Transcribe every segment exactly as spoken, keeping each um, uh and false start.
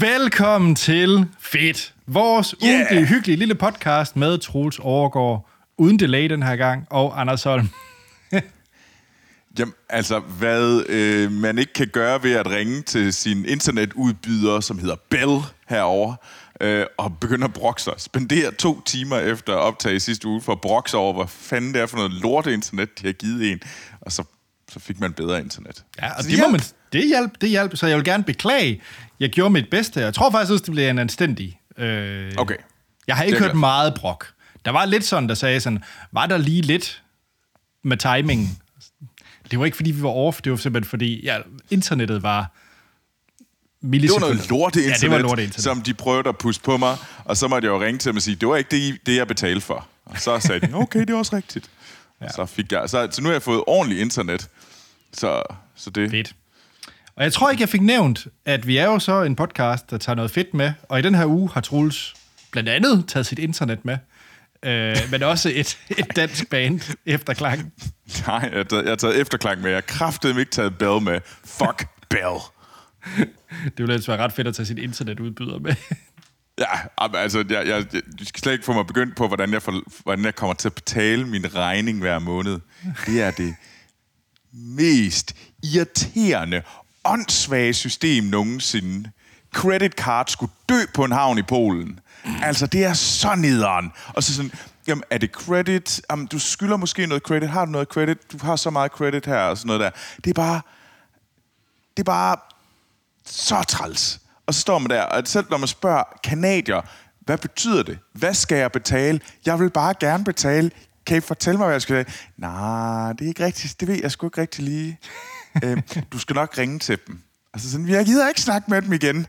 Velkommen til Fedt, vores yeah. ugentlige, hyggelige lille podcast med Troels Overgaard, uden delay den her gang, og Anders Holm. Jamen, altså, hvad øh, man ikke kan gøre ved at ringe til sin internetudbyder, som hedder Bell herovre, øh, og begynde at brokke sig. Spendere to timer efter optag i sidste uge for at brokke sig over, hvad fanden det er for noget lorte-internet, de har givet en, og så, så fik man bedre internet. Ja, og det, må man, det hjalp, det hjalp, så jeg vil gerne beklage. Jeg gjorde mit bedste. Jeg tror faktisk også, det blev en anstændig. Øh, okay. Jeg har ikke hørt meget brok. Der var lidt sådan, der sagde sådan, var der lige lidt med timingen? Det var ikke, fordi vi var off, det var simpelthen, fordi ja, internettet var millisekunder. Det var noget lorte-internet, ja, det var lorte-internet, som de prøvede at puste på mig, og så måtte jeg jo ringe til dem og sige, det var ikke det, det jeg betalte for. Og så sagde de, okay, det er også rigtigt. Ja. Så, fik jeg, så, så nu har jeg fået ordentligt internet. Så, så det... Fedt. Og jeg tror ikke, jeg fik nævnt, at vi er jo så en podcast, der tager noget fedt med, og i den her uge har Troels blandt andet taget sit internet med, øh, men også et, et dansk band, Efterklang. Nej, jeg har, taget, jeg har taget Efterklang med. Jeg har kraftedeme ikke taget Bell med. Fuck Bell. Det ville ellers være ret fedt at tage sit internetudbyder med. Ja, altså, jeg, jeg, du skal slet ikke få mig begyndt på, hvordan jeg, får, hvordan jeg kommer til at betale min regning hver måned. Det er det mest irriterende, åndssvage system nogensinde. Credit card skulle dø på en havn i Polen. Altså, det er så nederen. Og så sådan, jamen, er det credit? Jamen, du skylder måske noget credit. Har du noget credit? Du har så meget credit her og sådan noget der. Det er bare... Det er bare så træls. Og så står man der, og selv når man spørger kanadier, hvad betyder det? Hvad skal jeg betale? Jeg vil bare gerne betale. Kan I fortælle mig, hvad jeg skal betale? Nej, det er ikke rigtigt. Det ved jeg sgu ikke rigtig lige. øh, du skal nok ringe til dem. Altså sådan, jeg gider ikke snakke med dem igen.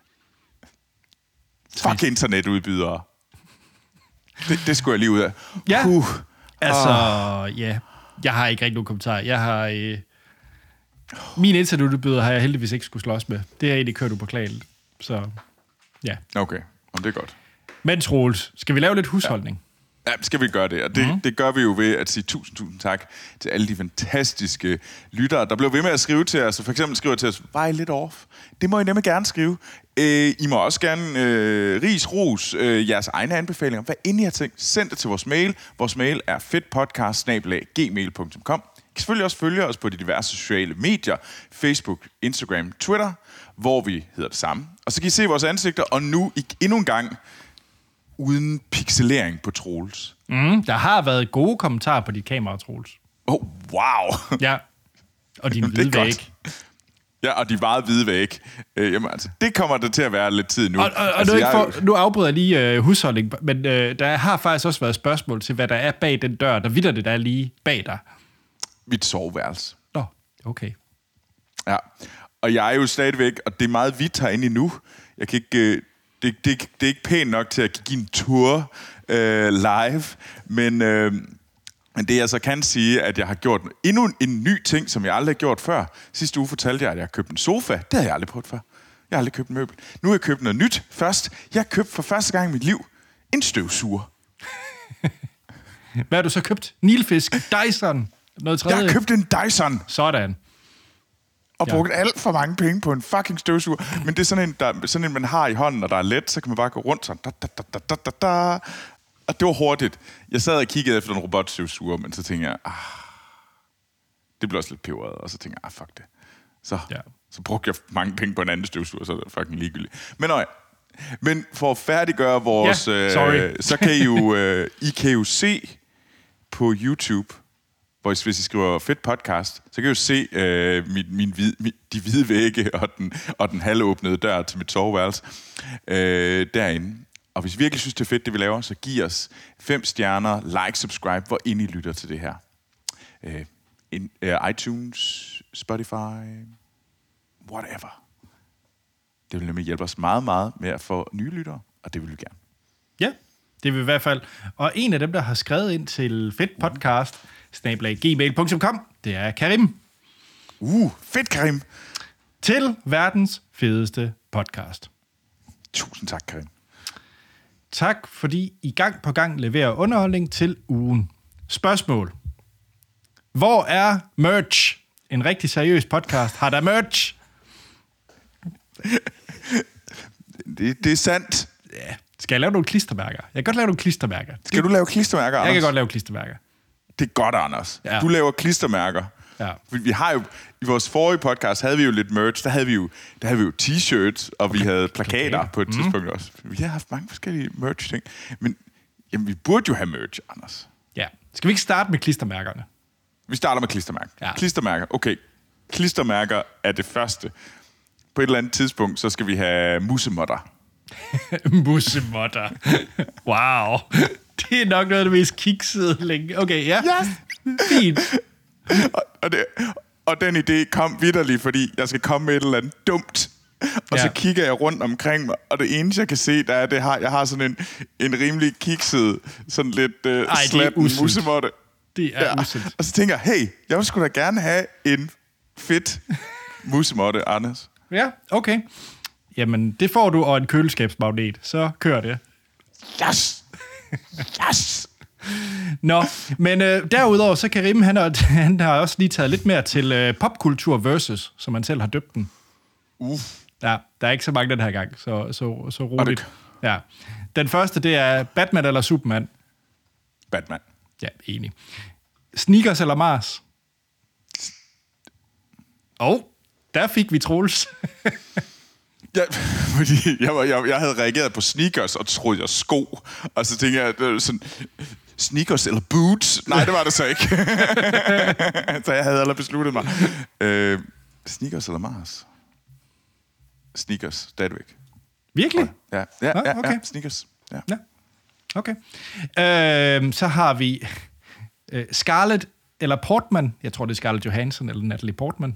Fuck internetudbydere. Det, det skulle jeg lige ud af. Ja, uh. altså, oh. ja. Jeg har ikke rigtig nogen kommentar. Jeg har... Øh... Min internetudbyder har jeg heldigvis ikke skulle slås med. Det er egentlig kørt upåklageligt. Så, ja. Okay, og det er godt. Men Troels, skal vi lave lidt husholdning? Ja, ja skal vi gøre det. Og det, mm-hmm. det gør vi jo ved at sige tusind, tusind tak til alle de fantastiske lyttere, der blev ved med at skrive til os. For eksempel skriver til os, var I lidt off? Det må I nemlig gerne skrive. Øh, I må også gerne øh, ris, ros, øh, jeres egne anbefalinger. Hvad end I har tænkt, send det til vores mail. Vores mail er fedtpodcast bindestreg gmail punktum com. I kan selvfølgelig også følge os på de diverse sociale medier, Facebook, Instagram, Twitter, hvor vi hedder det samme. Og så kan I se vores ansigter, og nu endnu en gang uden pixelering på Troels. Mm, der har været gode kommentarer på dit kamera, Troels. Oh, wow! Ja, og din hvide væg. Ja, og de meget hvide væg. Øh, jamen, altså, det kommer der til at være lidt tid nu. Og, og, altså, og nu, jeg... for, nu afbryder jeg lige øh, husholdning, men øh, der har faktisk også været spørgsmål til, hvad der er bag den dør. Der vidder det, der er lige bag dig. Mit soveværelse. Nå, okay. Ja, og jeg er jo stadigvæk, og det er meget hvidt herinde endnu. Jeg kan ikke, øh, det, det, det er ikke pænt nok til at give en tur øh, live, men, øh, men det jeg så kan sige, at jeg har gjort endnu en, en ny ting, som jeg aldrig har gjort før. Sidste uge fortalte jeg, at jeg har købt en sofa. Det havde jeg aldrig prøvet før. Jeg har aldrig købt en møbel. Nu har jeg købt noget nyt først. Jeg har købt for første gang i mit liv en støvsuger. Hvad har du så købt? Nilfisk, Dyson, noget tredje? Jeg har købt en Dyson. Sådan. Og brugt ja. alt for mange penge på en fucking støvsuger. Men det er sådan en, der, sådan en, man har i hånden, og der er let, så kan man bare gå rundt sådan. Da, da, da, da, da, da. Og det var hurtigt. Jeg sad og kiggede efter en robotstøvsuger, men så tænkte jeg, ah, det blev også lidt peberet. Og så tænkte jeg, ah, fuck det. Så, ja. så brugte jeg mange penge på en anden støvsuger, så er det fucking ligegyldigt. Men nøj. Men for at færdiggøre vores... Yeah, øh, så kan I jo, øh, I kan jo se på YouTube, hvor hvis I skriver fedt podcast, så kan I jo se øh, min, min hvid, min, de hvide vægge og den, og den halvåbnede dør til mit soveværelse øh, derinde. Og hvis I virkelig synes, det er fedt, det vi laver, så giv os fem stjerner, like, subscribe, hvor ind I lytter til det her. Øh, in, øh, iTunes, Spotify, whatever. Det vil nemlig hjælpe os meget, meget med at få nye lyttere, og det vil vi gerne. Ja, det vil i hvert fald. Og en af dem, der har skrevet ind til fedt podcast, snabel-a gmail punktum com, det er Karim. Uh, fedt Karim. Til verdens fedeste podcast. Tusind tak, Karim. Tak, fordi I gang på gang leverer underholdning til ugen. Spørgsmål. Hvor er merch? En rigtig seriøs podcast. Har der merch? Det, det er sandt. Ja. Skal jeg lave nogle klistermærker? Jeg kan godt lave nogle klistermærker. Skal du lave klistermærker, Anders? Jeg kan godt lave klistermærker. Det er godt, Anders. Ja. Du laver klistermærker. Ja. Vi har jo, i vores forrige podcast havde vi jo lidt merch. Der havde vi jo, der havde vi jo t-shirts, og okay. vi havde plakater okay. på et tidspunkt mm. også. Vi har haft mange forskellige merch-ting. Men jamen, vi burde jo have merch, Anders. Ja. Skal vi ikke starte med klistermærkerne? Vi starter med klistermærker. Ja. Klistermærker, okay. Klistermærker er det første. På et eller andet tidspunkt, så skal vi have musemotter. Musemotter. Wow. Det er nok noget af det mest kiksede længe. Okay, ja. Yes. Fint. og, og, det, og den idé kom vitterligt, fordi jeg skal komme med et eller andet dumt. Og ja. Så kigger jeg rundt omkring mig, og det eneste, jeg kan se, der er, det har, jeg har sådan en, en rimelig kikset, sådan lidt uh, slatten musemotte. Det er ja. usundt. Og så tænker jeg, hey, jeg skulle da gerne have en fedt musemotte, Anders. Ja, okay. Jamen, det får du, og en køleskabsmagnet. Så kører det. Yes! Yes! Nå, men øh, derudover, så kan Karim, han, har, han har også lige taget lidt mere til øh, popkultur versus, som han selv har døbt den. Uh. Ja, der er ikke så mange den her gang, så, så, så roligt. Ja. Den første, det er Batman eller Superman? Batman. Ja, enig. Sneakers eller Mars? Og oh, der fik vi Troels. Ja, fordi jeg, var, jeg, jeg havde reageret på sneakers og troede jeg sko. Og så tænkte jeg, det var sådan, sneakers eller boots? Nej, det var det så ikke. Så jeg havde allerede besluttet mig. Øh, sneakers eller Mars? Sneakers, stadigvæk. Virkelig? Ja, ja, ja, ja, okay. ja sneakers. Ja. Ja. Okay. Øh, så har vi øh, Scarlett eller Portman. Jeg tror, det er Scarlett Johansson eller Natalie Portman.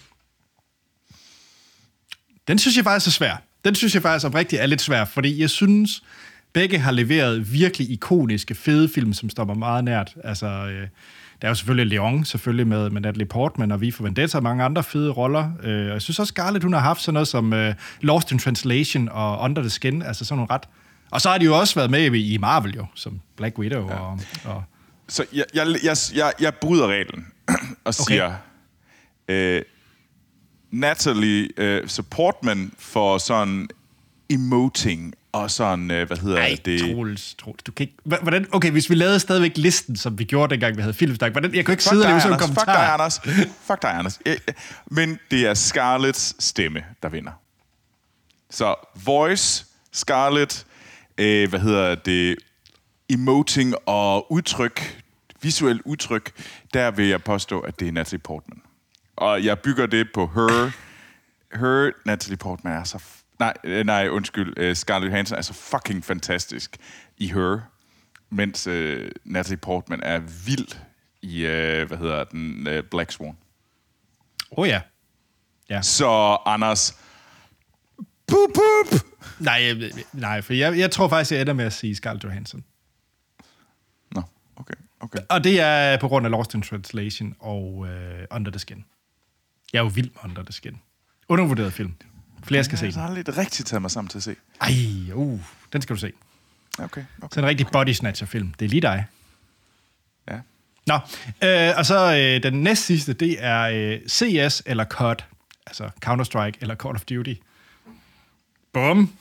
Den synes jeg faktisk er svær. Den synes jeg faktisk oprigtigt er lidt svær, fordi jeg synes, begge har leveret virkelig ikoniske, fede film, som står mig meget nært. Altså, øh, der er jo selvfølgelig Leon, selvfølgelig med, med Natalie Portman, og Vi for Vendetta og mange andre fede roller. Øh, jeg synes også, Scarlett, hun har haft sådan noget som øh, Lost in Translation og Under the Skin, altså sådan nogle ret. Og så har de jo også været med i Marvel jo, som Black Widow ja. og, og... Så jeg, jeg, jeg, jeg, jeg bryder reglen og siger... Okay. Øh, Natalie uh, så Portman for sådan emoting og sådan, uh, hvad hedder Ej, det? Ej, Troels, Troels, du kan ikke... Hvordan, okay, hvis vi lavede stadigvæk listen, som vi gjorde dengang, vi havde Filmsnak, hvordan, jeg kan ikke Fuck sidde og lave sådan en kommentar. Fuck dig, Anders. Fuck dig, Anders. Men det er Scarletts stemme, der vinder. Så voice, Scarlett, øh, hvad hedder det, emoting og udtryk, visuelt udtryk, der vil jeg påstå, at det er Natalie Portman. Og jeg bygger det på her. Her, Natalie Portman er så... F- nej, nej, undskyld. Uh, Scarlett Johansson er så fucking fantastisk i Her. Mens uh, Natalie Portman er vild i, uh, hvad hedder den, uh, Black Swan. Oh ja. ja. Så, Anders... Boop, boop. Nej, nej, for jeg, jeg tror faktisk, jeg ender med at sige Scarlett Johansson. Nå, okay, okay. Og det er på grund af Lost in Translation og uh, Under the Skin. Jeg er jo vild med Under the Skin. Undervurderet film. Flere skal se den. Jeg har lidt rigtig taget mig sammen til at se. Ej, uh, den skal du se. Okay, okay. Så en rigtig body snatcher-film. Det er lige dig. Ja. Nå, øh, og så øh, den næst sidste, det er øh, C S eller C O D. Altså Counter-Strike eller Call of Duty. Bum.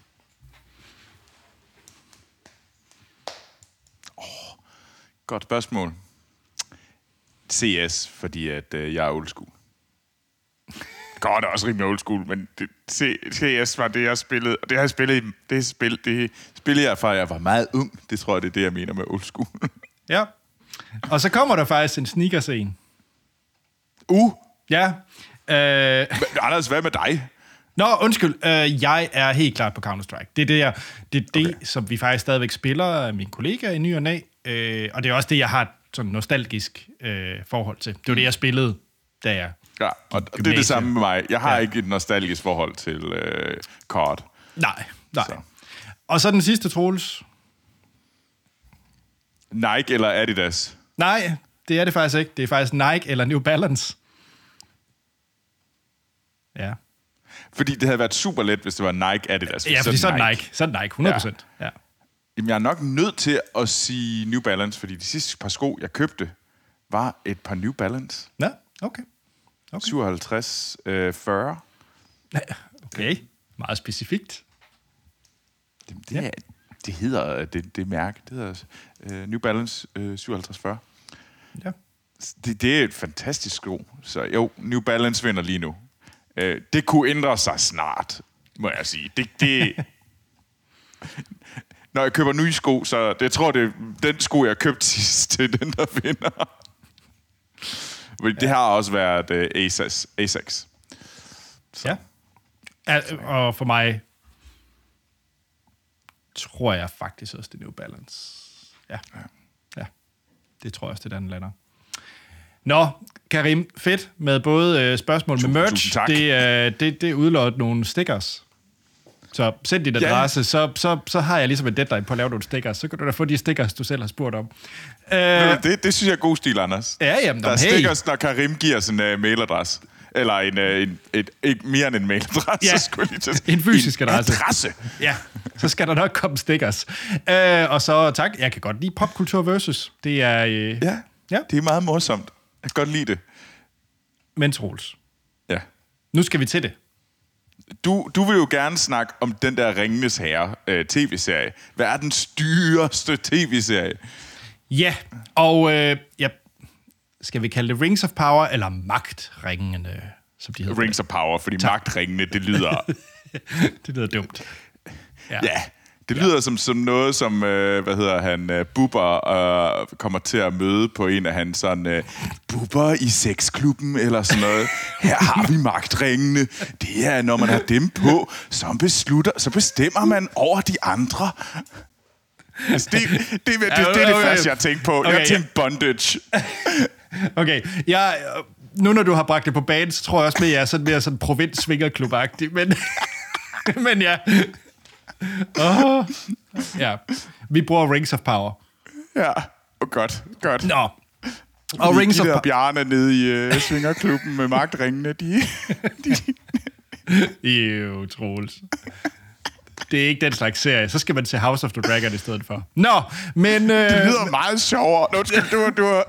Oh, godt spørgsmål. C S, fordi at øh, jeg er old school. Godt, er også rimelig old school, men det, C S var det, jeg spillede. Og det har jeg spillet, det, spil, det spillede jeg fra, jeg var meget ung. Det tror jeg, det er det, jeg mener med old school. Ja. Og så kommer der faktisk en sneakers-en. Uh! Ja. Øh... Anders, hvad med dig? Nå, undskyld. Øh, jeg er helt klart på Counter-Strike. Det er det, jeg, det, er det okay. som vi faktisk stadigvæk spiller af mine kollegaer i ny og næ. Øh, og det er også det, jeg har et sådan nostalgisk øh, forhold til. Det var det, jeg spillede, da jeg Ja, og det er det samme med mig. Jeg har ja. ikke et nostalgisk forhold til øh, C O D. Nej, nej. Så. Og så den sidste, Troels. Nike eller Adidas? Nej, det er det faktisk ikke. Det er faktisk Nike eller New Balance. Ja. Fordi det havde været super let, hvis det var Nike Adidas. Ja, fordi så er det Nike. Så er det Nike, hundrede procent. Ja. Ja. Jamen, jeg er nok nødt til at sige New Balance, fordi de sidste par sko, jeg købte, var et par New Balance. Ja, okay. okay. syvoghalvtreds fyrre. Okay, meget specifikt. Det, det, ja. er, det hedder det, det mærke. Det hedder uh, New Balance uh, syvoghalvtreds fyrre. Ja. Det, det er et fantastisk sko. Så jo, New Balance vinder lige nu. Uh, det kunne ændre sig snart, må jeg sige. Det... det Når jeg køber nye sko, så det, jeg tror, det er den sko, jeg købte sidst, det er den, der vinder. Ja. Det har også været uh, Asics. Asics. Ja. Og for mig tror jeg faktisk også, det er New Balance. Ja. ja. Ja. Det tror jeg også, det er den lander. Nå, Karim, fedt med både øh, spørgsmål med merch. Det, øh, det, det udløjer nogle stickers. Så send din adresse, ja. så, så, så har jeg ligesom en deadline på at lave nogle stickers. Så kan du da få de stickers, du selv har spurgt om. Uh, det, det synes jeg er god stil, Anders. Ja, jamen, der er hey. stickers, når Karim giver sin uh, mailadresse. Eller en, uh, en, et, et, mere end en mailadresse, ja. skulle jeg lige en fysisk en adresse. adresse. Ja, så skal der nok komme stickers. Uh, og så tak, jeg kan godt lide Popkultur Versus. Det er... Uh, ja, ja, det er meget morsomt. Jeg kan godt lide det. Men Troels. Ja. Nu skal vi til det. Du, du vil jo gerne snakke om den der Ringenes Herre øh, tv-serie. Hvad er den dyreste tv-serie? Ja, og øh, ja, skal vi kalde det Rings of Power, eller Magtringene, som de hedder? Rings of Power, fordi tak. Magtringene, det lyder... det lyder dumt. Ja, ja det lyder ja. som, som noget, som, øh, hvad hedder han, øh, Bubber øh, kommer til at møde på en af hans sådan, øh, Bubber i sexklubben, eller sådan noget. Her har vi magtringene. Det er, når man har dem på, så, beslutter, så bestemmer man over de andre. Altså, det, det, det, det, det, det er det okay. første, jeg tænkte på. Okay, jeg tænkte ja. bondage. Okay, jeg, nu når du har bragt det på banen, så tror jeg også, at jeg er sådan mere sådan provins-svingerklub-agtig, men, men ja... Oh. Ja, vi bruger Rings of Power. Ja, oh, godt, godt. Nå. Og og Rings de of der Power. Bjarne nede i uh, svingerklubben med magtringene, de... de... Jo, Troels. Det er ikke den slags serie. Så skal man se House of the Dragon i stedet for. Nå, men... Øh... Det lyder meget sjovere. Nå, du, du...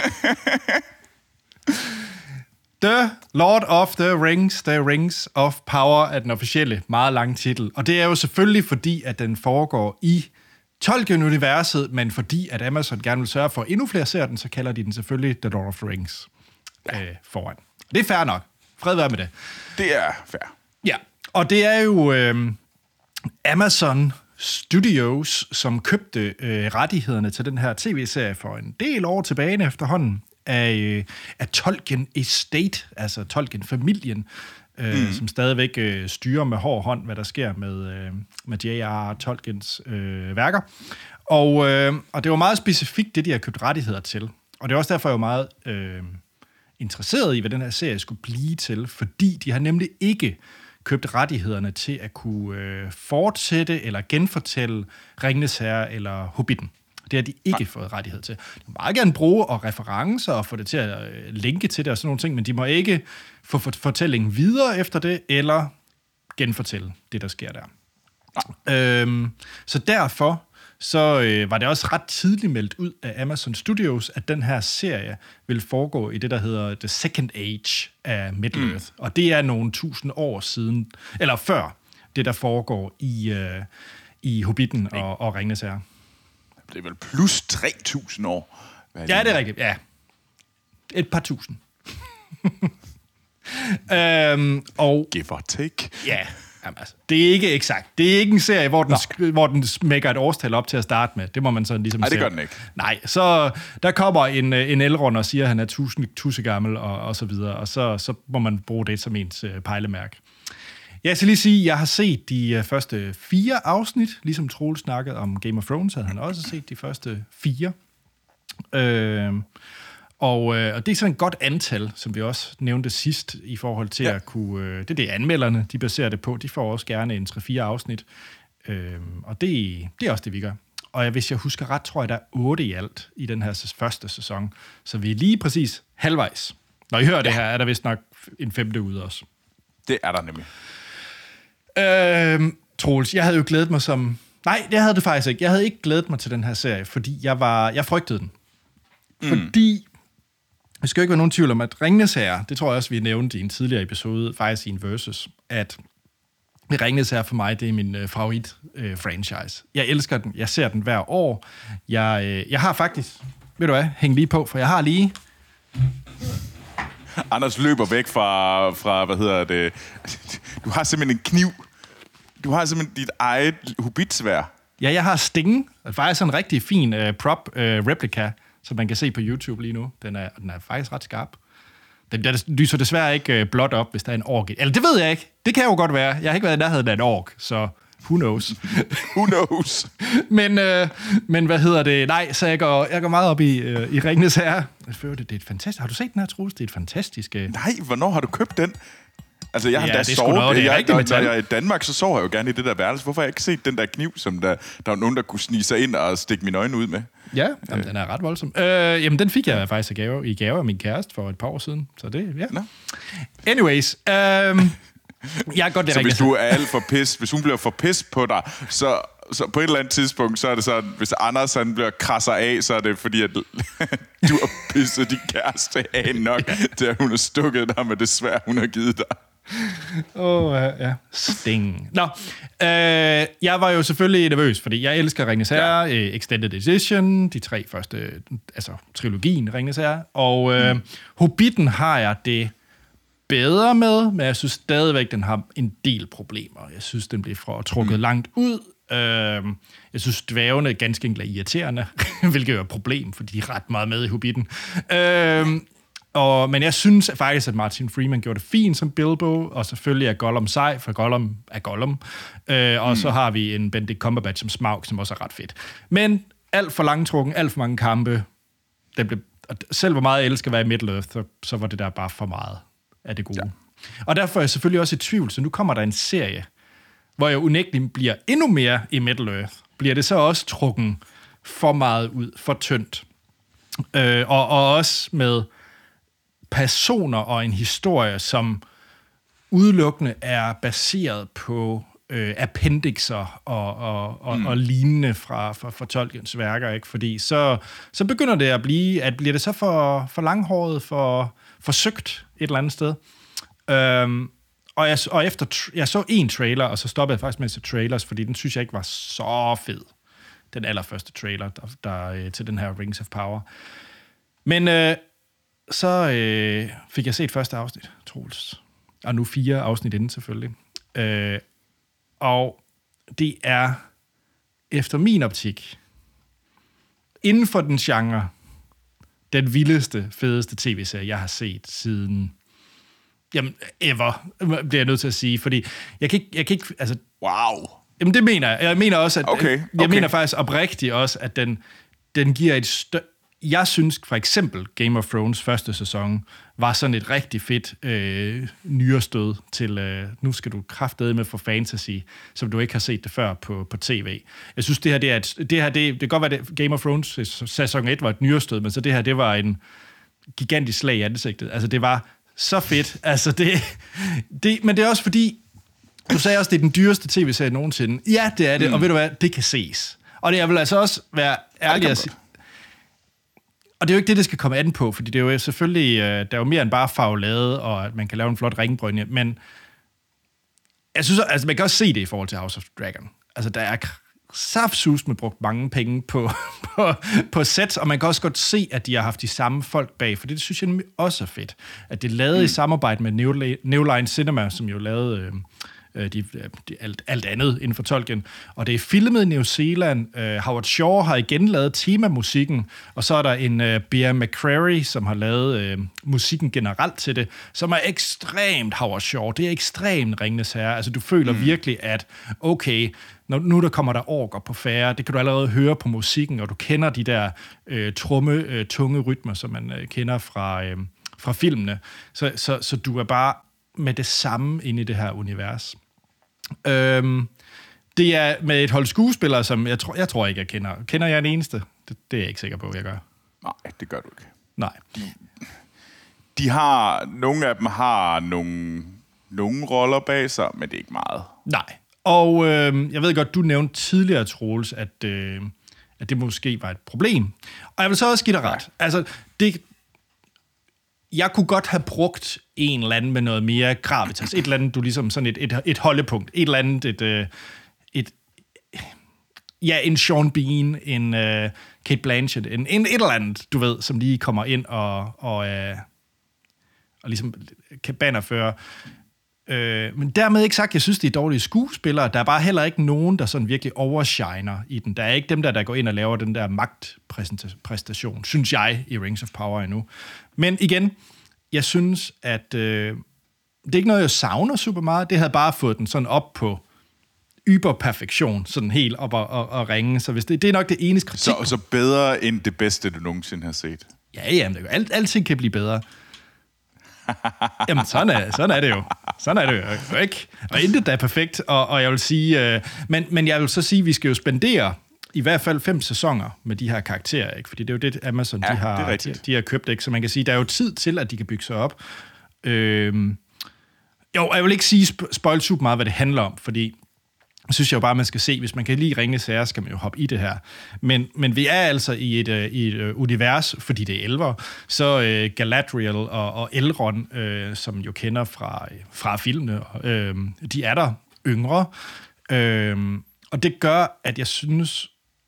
The Lord of the Rings, The Rings of Power er den officielle, meget lange titel. Og det er jo selvfølgelig fordi, at den foregår i Tolkien-universet, men fordi at Amazon gerne vil sørge for, at endnu flere ser den, så kalder de den selvfølgelig The Lord of the Rings øh, foran. Det er fair nok. Fred være med det. Det er fair. Ja, og det er jo øh, Amazon Studios, som købte øh, rettighederne til den her tv-serie for en del år tilbage efterhånden. Af, af Tolkien Estate, altså Tolkien-familien, øh, mm. som stadigvæk øh, styrer med hård hånd, hvad der sker med, øh, med J R R Tolkiens øh, værker. Og, øh, og det var meget specifikt, det de har købt rettigheder til. Og det er også derfor, jeg var meget øh, interesseret i, hvad den her serie skulle blive til, fordi de har nemlig ikke købt rettighederne til at kunne øh, fortsætte eller genfortælle Ringenes Herre eller Hobbiten. Det har de ikke Nej. fået rettighed til. De må meget gerne bruge og referencer og få det til at linke til det og sådan nogle ting, men de må ikke få fortællingen videre efter det, eller genfortælle det, der sker der. Øhm, så derfor så øh, var det også ret tidligt meldt ud af Amazon Studios, at den her serie vil foregå i det, der hedder The Second Age af Middle-earth. Mm. Og det er nogle tusind år siden, eller før det, der foregår i, øh, i Hobbiten og, og Ringenes Herre. Det er vel plus tre tusind år. Ja, det er rigtigt. Ja. Et par tusind. øhm, og, Give or take. Ja, jamen, altså, det er ikke eksakt. Det er ikke en serie, hvor den, sk- hvor den smækker et årstal op til at starte med. Det må man sådan ligesom Nej, det gør se. den ikke. Nej, så der kommer en, en Elrond og siger, at han er tusind, tusind gammel og, og så videre, og så, så må man bruge det som ens øh, pejlemærke. Jeg skal lige sige, at jeg har set de første fire afsnit, ligesom Troels snakkede om Game of Thrones, havde han også set de første fire. Øh, og, øh, og det er sådan et godt antal, som vi også nævnte sidst, i forhold til ja. at kunne... Øh, det er det, anmelderne de baserer det på. De får også gerne en tre fire afsnit. Øh, og det, det er også det, vi gør. Og hvis jeg husker ret, tror jeg, der er otte i alt i den her første sæson. Så vi er lige præcis halvvejs. Når I hører ja. det her, er der vist nok en femte ude også. Det er der nemlig. Øh, Troels, jeg havde jo glædet mig som... Nej, det havde det faktisk ikke. Jeg havde ikke glædet mig til den her serie, fordi jeg var... Jeg frygtede den. Mm. Fordi... Der skal jo ikke være nogen tvivl om, at Ringenes Herre, det tror jeg også, vi nævnte i en tidligere episode, faktisk i en versus, at Ringenes Herre for mig, det er min øh, favorit øh, franchise. Jeg elsker den. Jeg ser den hver år. Jeg, øh, jeg har faktisk... Ved du hvad? Hæng lige på, for jeg har lige... Anders løber væk fra, fra, hvad hedder det... Du har simpelthen en kniv. Du har simpelthen dit eget hobbitsværd. Ja, jeg har Sting. Det er faktisk en rigtig fin uh, prop uh, replika, som man kan se på YouTube lige nu. Den er, den er faktisk ret skarp. Den, den lyser desværre ikke uh, blot op, hvis der er en ork. Eller det ved jeg ikke. Det kan jo godt være. Jeg har ikke været i nærheden af en ork, så who knows. Who knows? men, uh, men hvad hedder det? Nej, så jeg går, jeg går meget op i, uh, i Ringenes Herre. Jeg føler, det, det er et fantastisk... Har du set den her, Troels? Det er et fantastisk... Uh... Nej, hvornår har du købt den? Altså, jeg har ja, da sovet. Noget, det er jeg, når, når jeg er i Danmark, så sover jeg jo gerne i det der værelse. Hvorfor har jeg ikke set den der kniv, som der, der var nogen, der kunne snige sig ind og stikke mine øjne ud med? Ja, jamen, den er ret voldsom. Øh, jamen, den fik jeg faktisk i gave, i gave af min kæreste for et par år siden. Så det, ja. Nå. Anyways. Øh, jeg er godt det så hvis du er alt for pis, hvis hun bliver for pis på dig, så... Så på et eller andet tidspunkt, så er det sådan, hvis Anders han bliver krasser af, så er det fordi, at du har pisset din kæreste af nok, til at hun har stukket dig med det sværd, hun har givet dig. Åh, oh, ja, ja. Sting. Nå, øh, jeg var jo selvfølgelig nervøs, fordi jeg elsker Ringenes Herre, ja. øh, Extended Edition, de tre første, altså trilogien Ringenes Herre, og øh, mm. Hobbiten har jeg det bedre med, men jeg synes stadigvæk, den har en del problemer. Jeg synes, den bliver for trukket mm. langt ud. Øh, jeg synes, dværgene er ganske enkelt irriterende, hvilket er et problem, fordi de er ret meget med i Hobbiten. Øh, Og, men jeg synes faktisk, at Martin Freeman gjorde det fint som Bilbo, og selvfølgelig er Gollum sej, for Gollum er Gollum. Øh, og mm. så har vi en Benedict Cumberbatch som Smaug, som også er ret fedt. Men alt for langtrukken, alt for mange kampe. Det blev, selv hvor meget jeg elsker at være i Middle-earth, så, så var det der bare for meget af det gode. Ja. Og derfor er jeg selvfølgelig også i tvivl, så nu kommer der en serie, hvor jeg unægteligt bliver endnu mere i Middle-earth. Bliver det så også trukken for meget ud, for tyndt. Øh, og, og også med personer og en historie, som udelukkende er baseret på øh, appendixer og, og, og, mm. og lignende fra, fra, fra Tolkiens værker, ikke? Fordi så, så begynder det at blive, at bliver det så for, for langhåret, for forsøgt et eller andet sted. Øhm, og jeg, og efter, jeg så en trailer, og så stoppede jeg faktisk med at se trailers, fordi den synes jeg ikke var så fed. Den allerførste trailer, der, der til den her Rings of Power. Men øh, så øh, fik jeg set første afsnit, Troels. Og nu fire afsnit inden, selvfølgelig. Øh, og det er, efter min optik, inden for den genre, den vildeste, fedeste tv-serie, jeg har set siden... Jamen, ever, bliver jeg nødt til at sige. Fordi jeg kan ikke... Jeg kan ikke altså, wow! Jamen, det mener jeg. Jeg mener også, at... Okay, okay. Jeg mener faktisk oprigtigt også, at den, den giver et større... Jeg synes for eksempel Game of Thrones første sæson var sådan et rigtig fedt øh, nyrestød til, øh, nu skal du kraftedeme for fantasy, som du ikke har set det før på, på tv. Jeg synes, det her, det er et, det her, det, det kan godt være, at Game of Thrones sæson et var et nyrestød, men så det her, det var en gigantisk slag i ansigtet. Altså, det var så fedt. Altså, det, det, men det er også fordi, du sagde også, det er den dyreste tv-serie nogensinde. Ja, det er det, mm. og ved du hvad, det kan ses. Og det er vil altså også være ærlig at sige. Og det er jo ikke det, det skal komme an på, fordi det er jo selvfølgelig, øh, der er jo mere end bare farvelade, og at man kan lave en flot ringbrynje, men jeg synes, altså man kan også se det i forhold til House of Dragon. Altså der er saftsus med brugt mange penge på, på, på sets, og man kan også godt se, at de har haft de samme folk bag, for det synes jeg også er fedt. At det er lavet mm. i samarbejde med New Line Cinema, som jo lavede... Øh, De, de, alt, alt andet inden for Tolkien. Og det er filmet i New Zealand. Uh, Howard Shaw har igen lavet temamusikken, og så er der en uh, Bear McCreary, som har lavet uh, musikken generelt til det, som er ekstremt Howard Shaw. Det er ekstremt Ringenes Herre. Altså, du føler mm. virkelig, at okay, når, nu der kommer der orker på færre, det kan du allerede høre på musikken, og du kender de der uh, tromme, uh, tunge rytmer, som man uh, kender fra, uh, fra filmene. Så, så, så du er bare med det samme inde i det her univers. Øhm, det er med et hold skuespillere, som jeg tror, jeg tror ikke, jeg kender. Kender jeg en eneste? Det, det er jeg ikke sikker på, jeg gør. Nej, det gør du ikke. Nej. De, de har, nogle af dem har nogle, nogle roller bag sig, men det er ikke meget. Nej. Og øh, jeg ved godt, du nævnte tidligere, Troels, at, øh, at det måske var et problem. Og jeg vil så også give dig ret. Altså, det... jeg kunne godt have brugt en eller anden med noget mere gravitas. Et eller andet, du ligesom sådan et, et, et holdepunkt. Et eller andet, et, et, et ja, en Sean Bean, en uh, Cate Blanchett, en, en et eller andet, du ved, som lige kommer ind og, og, uh, og ligesom kan bannerføre. Uh, men dermed ikke sagt, at jeg synes, det er dårlige skuespillere. Der er bare heller ikke nogen, der sådan virkelig overshiner i den. Der er ikke dem der, der går ind og laver den der magtpræstation, synes jeg, i Rings of Power endnu. Men igen, jeg synes, at øh, det er ikke noget, jeg savner super meget. Det havde bare fået den sådan op på yberperfektion, sådan helt op og, og, og ringe. Så hvis det, det er nok det eneste kritik. Så, så bedre end det bedste, du nogensinde har set? Ja, ja, men alt, alting kan blive bedre. Jamen, sådan er, sådan er det jo. Sådan er det jo, ikke? Og intet er perfekt, og, og jeg vil sige... Øh, men, men jeg vil så sige, at vi skal jo spendere i hvert fald fem sæsoner med de her karakterer, ikke? Fordi det er jo det, Amazon ja, de, har, de, de har købt, ikke? Så man kan sige, der er jo tid til, at de kan bygge sig op. Øhm, jo, jeg vil ikke sige spoil super meget, hvad det handler om, fordi jeg synes jeg jo bare, man skal se, hvis man kan lide Ringenes Herre, skal man jo hoppe i det her. Men, men vi er altså i et, uh, i et uh, univers, fordi det er elver, så uh, Galadriel og, og Elrond, uh, som jo kender fra, fra filmene, uh, de er der yngre. Uh, og det gør, at jeg synes,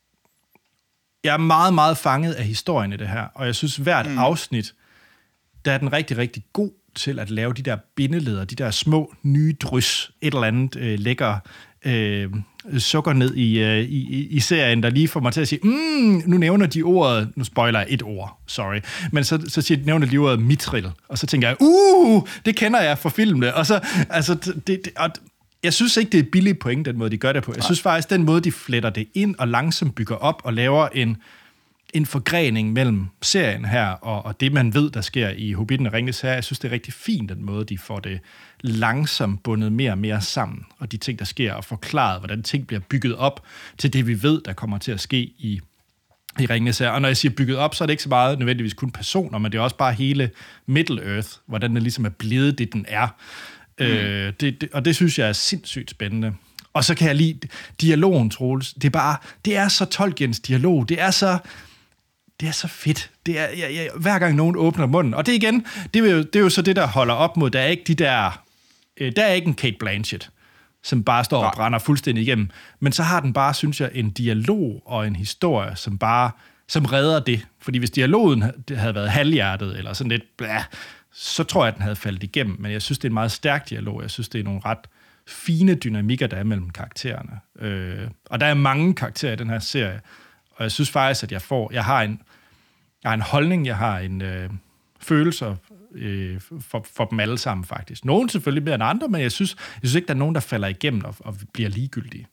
jeg er meget, meget fanget af historien i det her, og jeg synes, hvert mm. afsnit, der er den rigtig, rigtig god til at lave de der bindeleder, de der små nye drys, et eller andet øh, lækker øh, sukker ned i, øh, i, i serien, der lige får mig til at sige, mm, nu nævner de ordet, nu spoiler jeg et ord, sorry, men så, så siger de, nævner de ordet mithril, og så tænker jeg, uh, det kender jeg fra filmene, og så, altså, det, det, og jeg synes ikke, det er billigt point, den måde, de gør det på. Jeg synes faktisk, den måde, de fletter det ind og langsomt bygger op og laver en, en forgrening mellem serien her og, og det, man ved, der sker i Hobbiten og Ringenes Herre. Jeg synes, det er rigtig fint, den måde, de får det langsomt bundet mere og mere sammen, og de ting, der sker, og forklaret, hvordan ting bliver bygget op til det, vi ved, der kommer til at ske i, i Ringenes Herre. Og når jeg siger bygget op, så er det ikke så meget nødvendigvis kun personer, men det er også bare hele Middle-earth, hvordan den ligesom er blevet det, den er. Mm. Øh, det, det, og det synes jeg er sindssygt spændende. Og så kan jeg lide dialogen, Troels. Det er bare, det er så Tolkiens dialog. Det er så, det er så fedt. Det er, jeg, jeg, hver gang nogen åbner munden. Og det igen, det er, jo, det er jo så det, der holder op mod, der er ikke de der, øh, der er ikke en Cate Blanchett, som bare står Nej. og brænder fuldstændig igennem. Men så har den bare, synes jeg, en dialog og en historie, som bare, som redder det. Fordi hvis dialogen havde været halvhjertet, eller sådan lidt, blæh, så tror jeg, at den havde faldet igennem. Men jeg synes, det er en meget stærk dialog. Jeg synes, det er nogle ret fine dynamikker, der er mellem karaktererne. Øh, og der er mange karakterer i den her serie. Og jeg synes faktisk, at jeg får... Jeg har en, jeg har en holdning, jeg har en øh, følelser øh, for, for dem alle sammen, faktisk. Nogle selvfølgelig mere end andre, men jeg synes, jeg synes ikke, der er nogen, der falder igennem og, og bliver ligegyldige.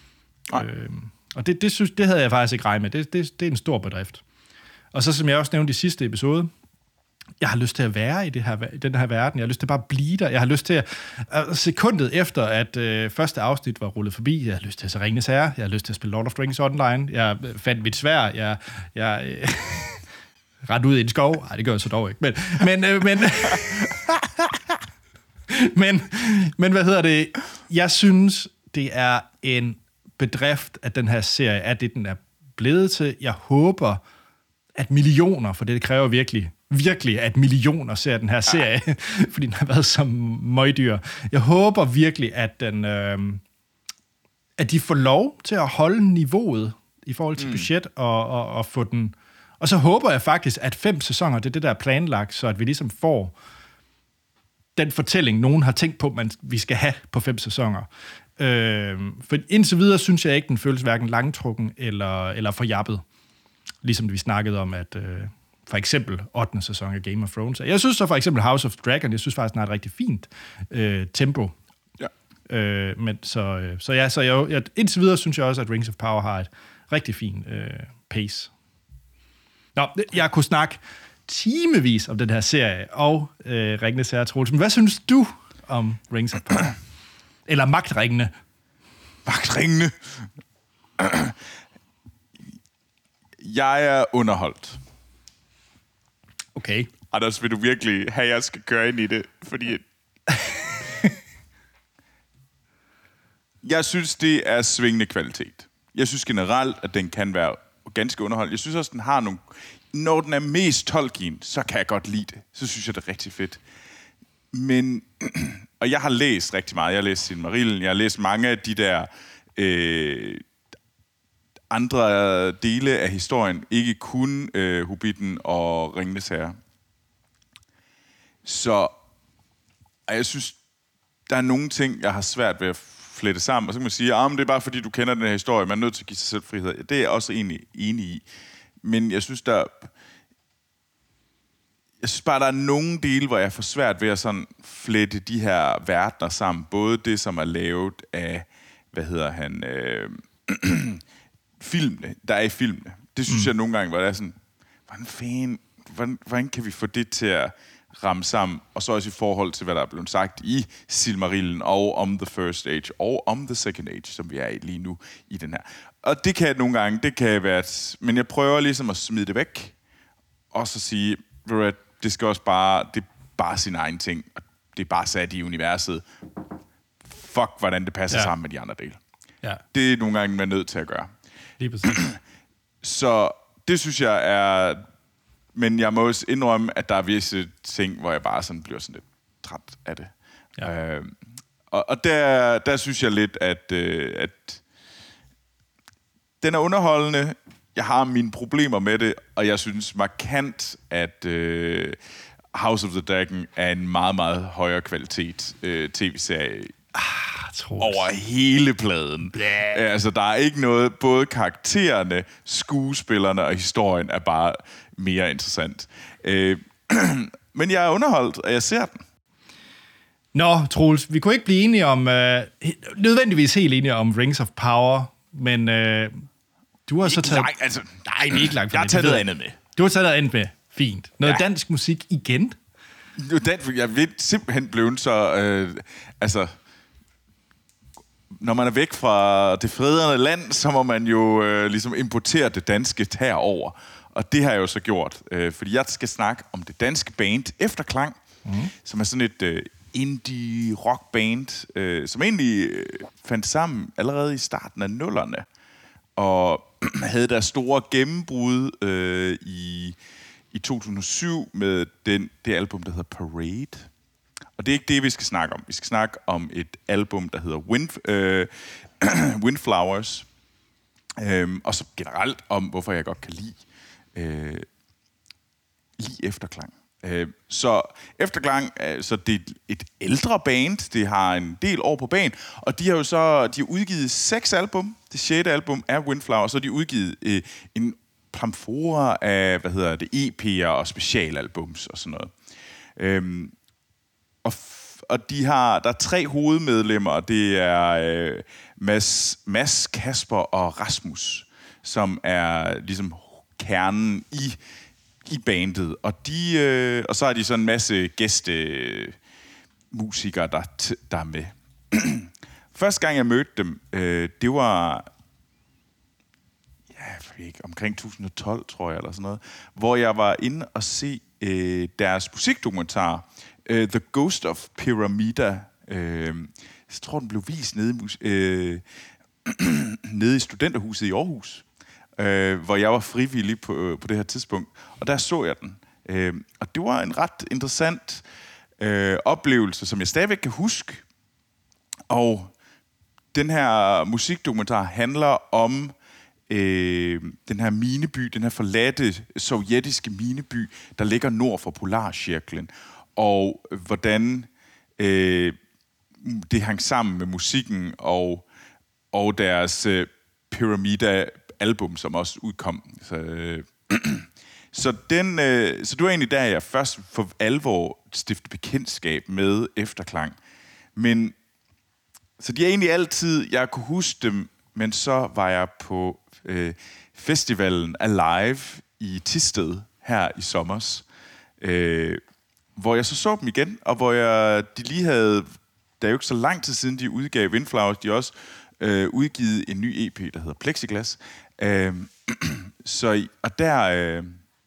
Øh, og det, det, synes, det havde jeg faktisk ikke regnet med. Det, det, det er en stor bedrift. Og så, som jeg også nævnte i sidste episode, jeg har lyst til at være i, det her, i den her verden. Jeg har lyst til bare at blive der. Jeg har lyst til at... Sekundet efter, at øh, første afsnit var rullet forbi, jeg har lyst til at se Ringenes Herre. Jeg har lyst til at spille Lord of the Rings online. Jeg fandt mit sværd. Jeg... jeg øh, ret ud i en skov. Nej, det gør jeg så dog ikke. Men... Men... Øh, men, men, men hvad hedder det? Jeg synes, det er en bedrift, at den her serie er det, den er blevet til. Jeg håber, at millioner, for det kræver virkelig... virkelig, at millioner ser den her serie, ja. fordi den har været så møgdyr. Jeg håber virkelig, at den, øh, at de får lov til at holde niveauet i forhold til mm. budget og, og, og få den. Og så håber jeg faktisk, at fem sæsoner, det er det, der er planlagt, så at vi ligesom får den fortælling, nogen har tænkt på, man vi skal have på fem sæsoner. Øh, for indtil videre synes jeg ikke, den føles hverken langtrukken eller, eller forjappet. Ligesom vi snakkede om, at... Øh, for eksempel ottende sæson af Game of Thrones. Jeg synes så for eksempel House of Dragon, jeg synes faktisk, den har et rigtig fint øh, tempo. Ja. Øh, men så, øh, så ja, så jeg, jeg, indtil videre synes jeg også, at Rings of Power har et rigtig fint øh, pace. Nå, jeg kunne snakke timevis om den her serie, og øh, Ringenes Herre, Troels. Men hvad synes du om Rings of Power? Eller Magtringene? Magtringene? Jeg er underholdt. Okay. Anders, vil du virkelig have, at jeg skal køre ind i det? Fordi... jeg synes, det er svingende kvalitet. Jeg synes generelt, at den kan være ganske underholdende. Jeg synes også, den har nogle... Når den er mest Tolkien, så kan jeg godt lide det. Så synes jeg, det er rigtig fedt. Men... Og jeg har læst rigtig meget. Jeg har læst Silmarillion. Jeg har læst mange af de der... Øh, andre dele af historien. Ikke kun øh, Hobbiten og Ringenes Herre. Så... Jeg synes, der er nogle ting, jeg har svært ved at flette sammen. Og så kan man sige, at ah, det er bare fordi, du kender den her historie. Man er nødt til at give sig selv frihed. Det er jeg også egentlig enig i. Men jeg synes, der... Jeg synes bare, der er nogle dele, hvor jeg får svært ved at sådan flette de her verdener sammen. Både det, som er lavet af, hvad hedder han, øh, filmene, der er i filmene. Det synes mm. jeg nogle gange, hvor det er sådan, hvordan fanden, hvordan, hvordan kan vi få det til at ramme sammen? Og så også i forhold til, hvad der er blevet sagt i Silmarillion, og om The First Age, og om The Second Age, som vi er i lige nu i den her. Og det kan nogle gange, det kan være, et, men jeg prøver ligesom at smide det væk, og så sige, det skal også bare, det er bare sin egen ting, og det er bare sat i universet. Fuck, hvordan det passer ja. sammen med de andre dele. Ja. Det er nogle gange, man er nødt til at gøre. Lige præcis. Så det synes jeg er... Men jeg må også indrømme, at der er visse ting, hvor jeg bare sådan bliver sådan lidt træt af det. Ja. Øh, og og der, der synes jeg lidt, at, øh, at den er underholdende. Jeg har mine problemer med det, og jeg synes markant, at øh, House of the Dragon er en meget, meget højere kvalitet øh, tv-serie ah, over hele pladen. Blæh. Altså, der er ikke noget... Både karaktererne, skuespillerne og historien er bare mere interessant. Øh, men jeg er underholdt, og jeg ser den. Nå, Troels, vi kunne ikke blive enige om... Øh, nødvendigvis helt enige om Rings of Power, men... Øh, Du har så taget... Nej, altså, nej, det er ikke langt fra jeg har taget noget andet med. Du har taget noget andet med. Fint. Noget ja. dansk musik igen? Jeg ved simpelthen blevet så... Øh, altså... Når man er væk fra det frederne land, så må man jo øh, ligesom importere det danske herover. Og det har jeg jo så gjort. Øh, fordi jeg skal snakke om det danske band Efterklang, mm. som er sådan et øh, indie rock band, øh, som egentlig øh, fandt sammen allerede i starten af nullerne. Og havde der store gennembrud øh, i, i to tusind og syv med den, det album, der hedder Parade. Og det er ikke det, vi skal snakke om. Vi skal snakke om et album, der hedder Wind, øh, Windflowers. Øhm, og så generelt om, hvorfor jeg godt kan lide, øh, lide Efterklang. Øh, så Efterklang, øh, så det er et ældre band. Det har en del år på banen. Og de har jo så de har udgivet seks album. Det sjette album er Windflowers. Så har de udgivet øh, en plamfora af, hvad hedder det, E P'er og specialalbums og sådan noget. Øhm, og, f- og de har, der er tre hovedmedlemmer. Det er øh, Mads, Mads, Kasper og Rasmus, som er ligesom kernen i i bandet, og de øh, og så er de sådan en masse gæste musikere, der, t- der er med. Første gang jeg mødte dem, øh, det var ja, ikke, omkring to tusind og tolv, tror jeg, eller sådan noget, hvor jeg var inde og se øh, deres musikdokumentar, øh, The Ghost of Pyramida. Øh, jeg tror, den blev vist nede i, øh, nede i Studenterhuset i Aarhus. Øh, hvor jeg var frivillig på, øh, på det her tidspunkt. Og der så jeg den. Øh, og det var en ret interessant øh, oplevelse, som jeg stadigvæk kan huske. Og den her musikdokumentar handler om øh, den her mineby, den her forladte sovjetiske mineby, der ligger nord for Polarcirklen. Og hvordan øh, det hang sammen med musikken og, og deres øh, Pyramida album, som også udkom. Så, øh, så, den, øh, så det var egentlig der, jeg først for alvor stiftede bekendtskab med Efterklang. Men, så de er egentlig altid, jeg kunne huske dem, men så var jeg på øh, festivalen Alive i Thisted her i sommers, øh, hvor jeg så så dem igen, og hvor jeg, de lige havde, der er jo ikke så lang tid siden, de udgav Windflowers, de også øh, udgivet en ny E P, der hedder Plexiglas. Øh, så, og der øh,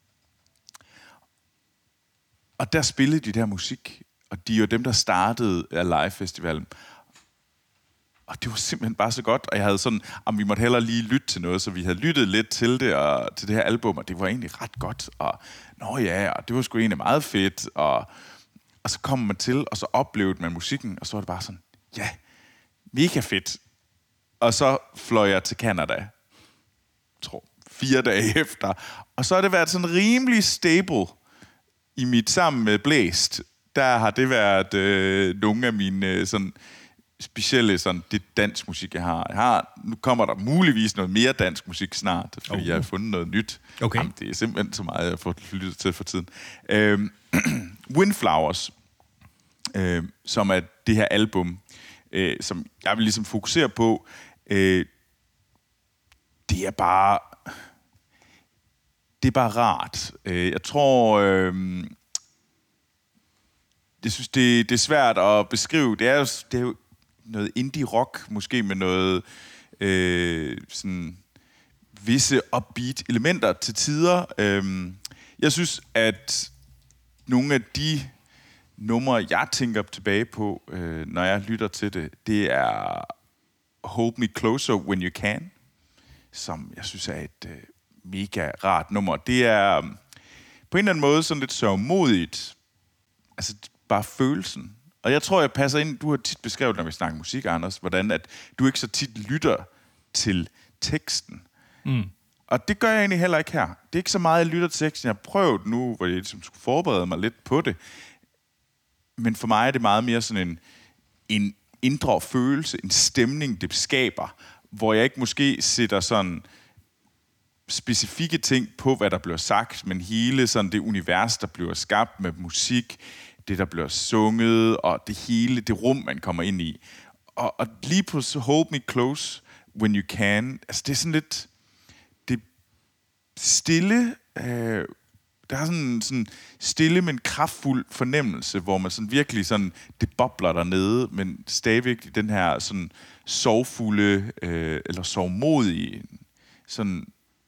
og der spillede de der musik, og de er jo dem, der startede Alive Festivalen. Og det var simpelthen bare så godt, og jeg havde sådan, om vi måtte hellere lige lytte til noget, så vi havde lyttet lidt til det, og til det her album, og det var egentlig ret godt, og nå ja, og det var sgu egentlig meget fedt, og, og så kom man til, og så oplevede man musikken, og så var det bare sådan, ja, mega fedt. Og så fløj jeg til Canada, tror fire dage efter, og så har det været sådan rimelig stable i mit sammen med Blæst. Der har det været øh, nogle af mine øh, sådan specielle sådan det dansk musik jeg har. Jeg har. Nu kommer der muligvis noget mere dansk musik snart, fordi oh. jeg har fundet noget nyt. Okay. Jamen, det er simpelthen så meget, jeg har fået lyttet til for tiden. Øhm, Windflowers, øh, som er det her album, øh, som jeg vil ligesom fokusere på, øh, det er bare det er bare rart. Øh, jeg tror, øh, jeg synes, det, det er svært at beskrive. Det er jo, det er jo noget indie-rock, måske med noget øh, sådan visse upbeat elementer til tider. Øh, jeg synes, at nogle af de numre, jeg tænker tilbage på, øh, når jeg lytter til det, det er Hold Me Closer When You Can, som jeg synes er et øh, mega rart nummer. Det er på en eller anden måde sådan lidt sørgmodigt. Altså bare følelsen. Og jeg tror, jeg passer ind. Du har tit beskrevet, når vi snakker musik, Anders, hvordan at du ikke så tit lytter til teksten. Mm. Og det gør jeg egentlig heller ikke her. Det er ikke så meget, jeg lytter til teksten. Jeg har prøvet nu, hvor jeg ligesom skulle forberede mig lidt på det. Men for mig er det meget mere sådan en, en indre følelse, en stemning, det skaber, hvor jeg ikke måske sætter sådan specifikke ting på, hvad der bliver sagt, men hele sådan det univers, der bliver skabt med musik, det, der bliver sunget, og det hele, det rum, man kommer ind i. Og, og lige på Hold Me Close When You Can, altså det er sådan lidt, det stille, øh, der er sådan sådan stille, men kraftfuld fornemmelse, hvor man sådan virkelig sådan, det bobler dernede, men stadigvæk den her sådan sorgfulde, øh, eller sorgmodige, sådan,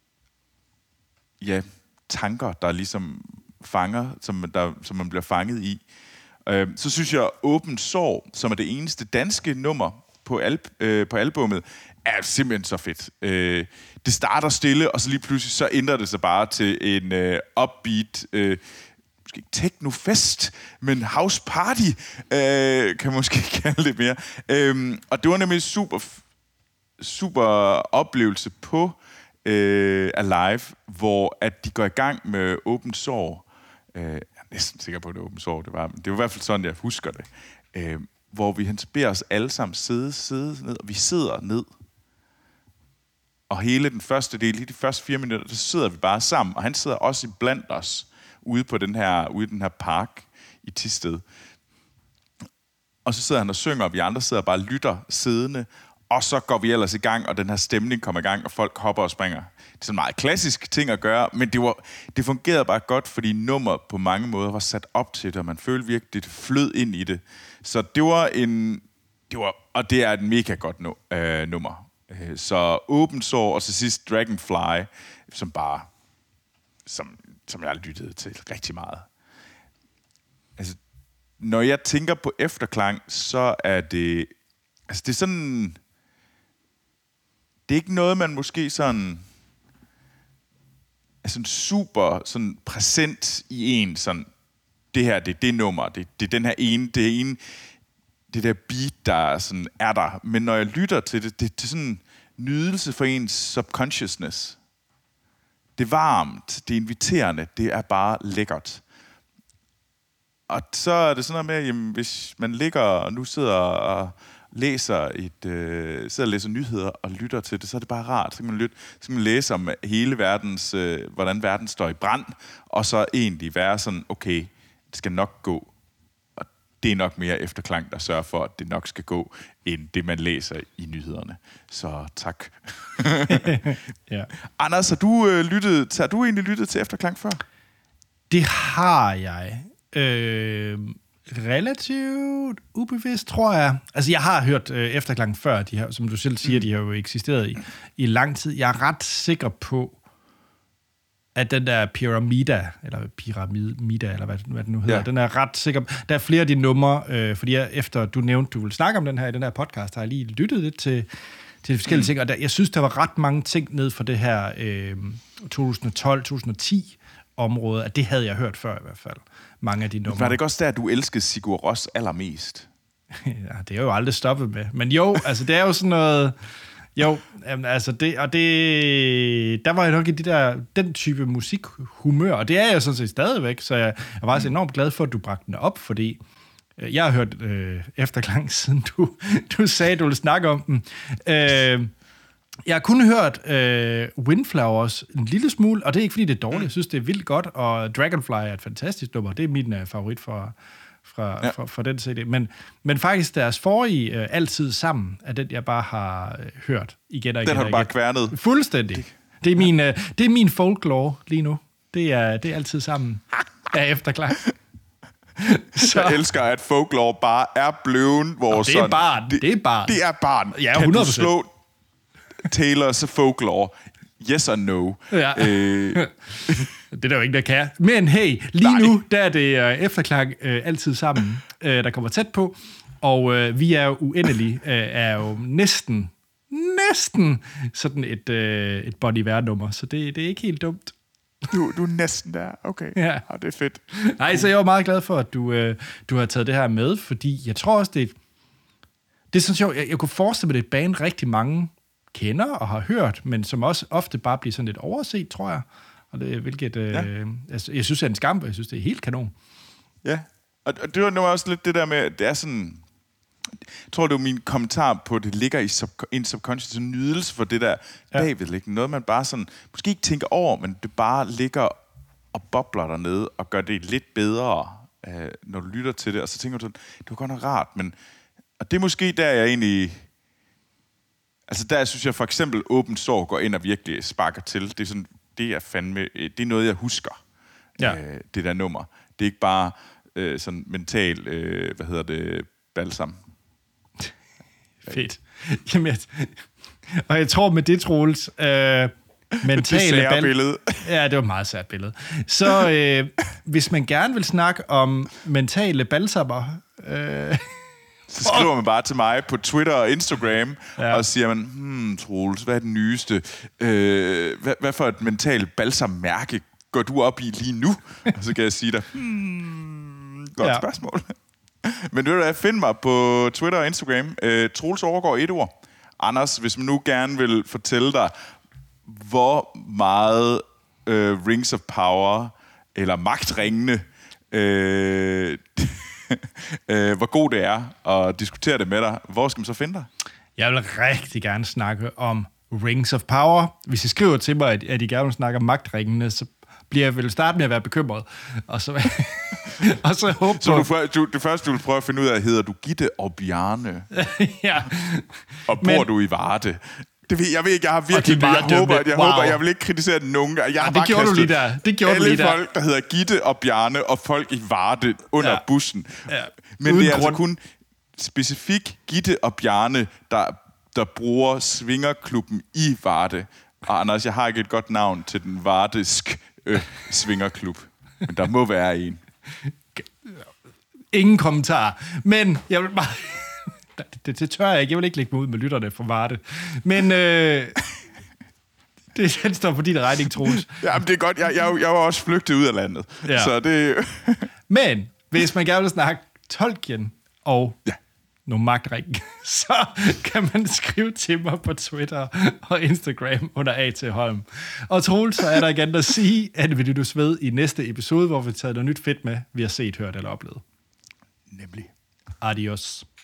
ja, tanker, der ligesom fanger, som, der, som man bliver fanget i. Øh, så synes jeg, Åben Sår, som er det eneste danske nummer på, alb, øh, på albummet, er simpelthen så fedt. Øh, det starter stille, og så lige pludselig så ændrer det sig bare til en øh, upbeat, øh, måske ikke technofest, men house party, øh, kan man måske kalde det mere. Øh, og det var nemlig super, super oplevelse på øh, Alive, hvor at de går i gang med Åbent Sår. Øh, jeg er næsten sikker på, at det er Åbent Sår, det var, men det var i hvert fald sådan, jeg husker det. Øh, hvor vi han beder os alle sammen sidde, sidde ned, og vi sidder ned. Og hele den første del, lige de første fire minutter, så sidder vi bare sammen, og han sidder også blandt os, ude på den her, ude i den her park i Thisted. Og så sidder han og synger, og vi andre sidder og bare lytter siddende, og så går vi ellers i gang, og den her stemning kommer i gang, og folk hopper og springer. Det er sådan en meget klassisk ting at gøre, men det, var, det fungerede bare godt, fordi nummer på mange måder var sat op til det, og man følte virkelig, det flød ind i det. Så det var en... Det var, og det er et mega godt no, øh, nummer. Så Åbent Sår, og til sidst Dragonfly, som bare... Som, som jeg har lyttet til rigtig meget. Altså, når jeg tænker på efterklang, så er det... Altså, det er sådan... Det er ikke noget, man måske sådan... Er sådan super sådan præsent i en sådan... Det her, det er det nummer, det, det er den her ene, det er ene... Det der beat, der sådan er der. Men når jeg lytter til det, det, det er sådan en nydelse for ens subconsciousness. Det er varmt, det er inviterende, det er bare lækkert. Og så er det sådan noget med, jamen, hvis man ligger og nu sidder og læser et, øh, sidder og læser nyheder og lytter til det, så er det bare rart. Så kan man, lytte, så kan man læse om hele verdens, øh, hvordan verden står i brand, og så egentlig være sådan, okay, det skal nok gå. Det er nok mere efterklang, der sørger for, at det nok skal gå, end det, man læser i nyhederne. Så tak. Ja. Anders, har du, øh, lyttet, har du egentlig lyttet til efterklang før? Det har jeg. Øh, relativt ubevidst, tror jeg. Altså, jeg har hørt øh, efterklang før, de her, som du selv siger, mm. de har jo eksisteret i, i lang tid. Jeg er ret sikker på, at den der Pyramida, eller Pyramida, eller hvad, hvad det nu hedder, ja. Den er ret sikker. Der er flere af de numre, øh, fordi jeg, efter du nævnte, du ville snakke om den her i den her podcast, har jeg lige lyttet lidt til, til de forskellige mm. ting, og der, jeg synes, der var ret mange ting ned for det her øh, tyve tolv til ti område, at det havde jeg hørt før i hvert fald. Mange af de numre. Var det ikke også der, du elskede Sigur Rós allermest? Ja, det er jo aldrig stoppet med. Men jo, altså det er jo sådan noget... Jo, jamen, altså det... Og det... Der var jeg nok i de der, den type musikhumør, og det er jeg sådan set stadigvæk, så jeg, jeg var også enormt glad for, at du bragte den op, fordi øh, jeg har hørt øh, efterklang, siden du, du sagde, at du ville snakke om den. Øh, Jeg har kun hørt øh, Windflowers en lille smule, og det er ikke, fordi det er dårligt. Jeg synes, det er vildt godt, og Dragonfly er et fantastisk nummer. Det er min uh, favorit fra, fra, ja. fra, fra den C D. Men, men faktisk deres forrige, uh, Altid Sammen, er den, jeg bare har uh, hørt igen og igen. Den har du bare kværnet. Fuldstændig. Det er min, uh, det er min folklore lige nu. Det er, det er Altid Sammen af efterklang. Så. Jeg elsker, at folklore bare er blevet vores... Det er barn. Det, det er barn. Det er barn. Ja, kan du slå Taylor's Folklore? Yes or no? Ja. Øh. Det er der jo ingen, der kan. Men hey, lige Nej. nu, der er det uh, efterklang uh, Altid Sammen, uh, der kommer tæt på. Og uh, vi er jo uendelige, uh, er jo næsten, næsten sådan et, uh, et Bon Iver-nummer. Så det, det er ikke helt dumt. Du, du er næsten der. Okay. Ja. Ja, det er fedt. Nej, så jeg var meget glad for, at du, uh, du har taget det her med, fordi jeg tror også, det er... Det er sådan sjovt. Jeg, jeg kunne forestille mig, det er et band, rigtig mange kender og har hørt, men som også ofte bare bliver sådan lidt overset, tror jeg. Og det, hvilket, ja. øh, altså, jeg synes, det er en skam, og jeg synes, det er helt kanon. Ja, og, og det var nu også lidt det der med, det er sådan... Jeg tror, det var min kommentar på, det ligger i sub, en subconscious nydelse for det der ja. bagvedliggende. Noget, man bare sådan... Måske ikke tænker over, men det bare ligger og bobler dernede, og gør det lidt bedre, øh, når du lytter til det. Og så tænker du sådan, det var godt nok rart, men... Og det er måske der, jeg egentlig... Altså der synes jeg for eksempel, Åbent Sår går ind og virkelig sparker til. Det er sådan, det er fandme... Det er noget, jeg husker. Ja. Øh, det der nummer. Det er ikke bare øh, sådan mental... Øh, hvad hedder det? Balsam. Fedt. Jamen, jeg, og jeg tror med det, Troels... Øh, mentale det bal- billede. Ja, det var et meget sært billede. Så øh, hvis man gerne vil snakke om mentale balsammer... Øh, Så skriver man bare til mig på Twitter og Instagram, ja. og siger man, hmm, Troels, hvad er den nyeste? Øh, hvad, hvad for et mentalt balsammærke går du op i lige nu? Og så kan jeg sige dig, hmm, godt ja. spørgsmål. Men ved du hvad, find mig på Twitter og Instagram. Øh, Troels Overgaard et ord. Anders, hvis man nu gerne vil fortælle dig, hvor meget øh, Rings of Power, eller magtringene, øh, øh, hvor god det er at diskutere det med dig. Hvor skal man så finde dig? Jeg vil rigtig gerne snakke om Rings of Power. Hvis I skriver til mig, at, at I gerne vil snakke om magtringene, så bliver jeg vel starte med at være bekymret. Og så, og så håber så du, du, det første, du vil prøve at finde ud af, hedder du Gitte og Bjarne? Ja. Og bor Men, du i Varde? Det ved, jeg ved ikke, jeg har virkelig... Jeg, jeg, håber, at jeg, wow. håber, jeg vil ikke kritisere den nogen. Jeg ja, har det gjorde du lige der. Det gjorde alle du lige der. folk, der hedder Gitte og Bjarne, og folk i Varde under ja. bussen. Ja. Men Uden det er grund. altså kun specifikt Gitte og Bjarne, der, der bruger svingerklubben i Varde. Og Anders, jeg har ikke et godt navn til den vardesk øh, svingerklub. Men der må være en. Ingen kommentar. Men jeg vil bare... Det, det tør jeg ikke. Jeg vil ikke lægge mig ud med lytterne for Varde. Men øh, det den står på din regning, Troels. Jamen, det er godt. Jeg, jeg, jeg var også flygtet ud af landet. Ja. Så det... Men hvis man gerne vil snakke Tolkien og ja. nogle magtring, så kan man skrive til mig på Twitter og Instagram under A T Holm. Og Troels, så er der igen at sige, at vi lyttes ved i næste episode, hvor vi tager noget nyt fedt med, vi har set, hørt eller oplevet. Nemlig. Adios.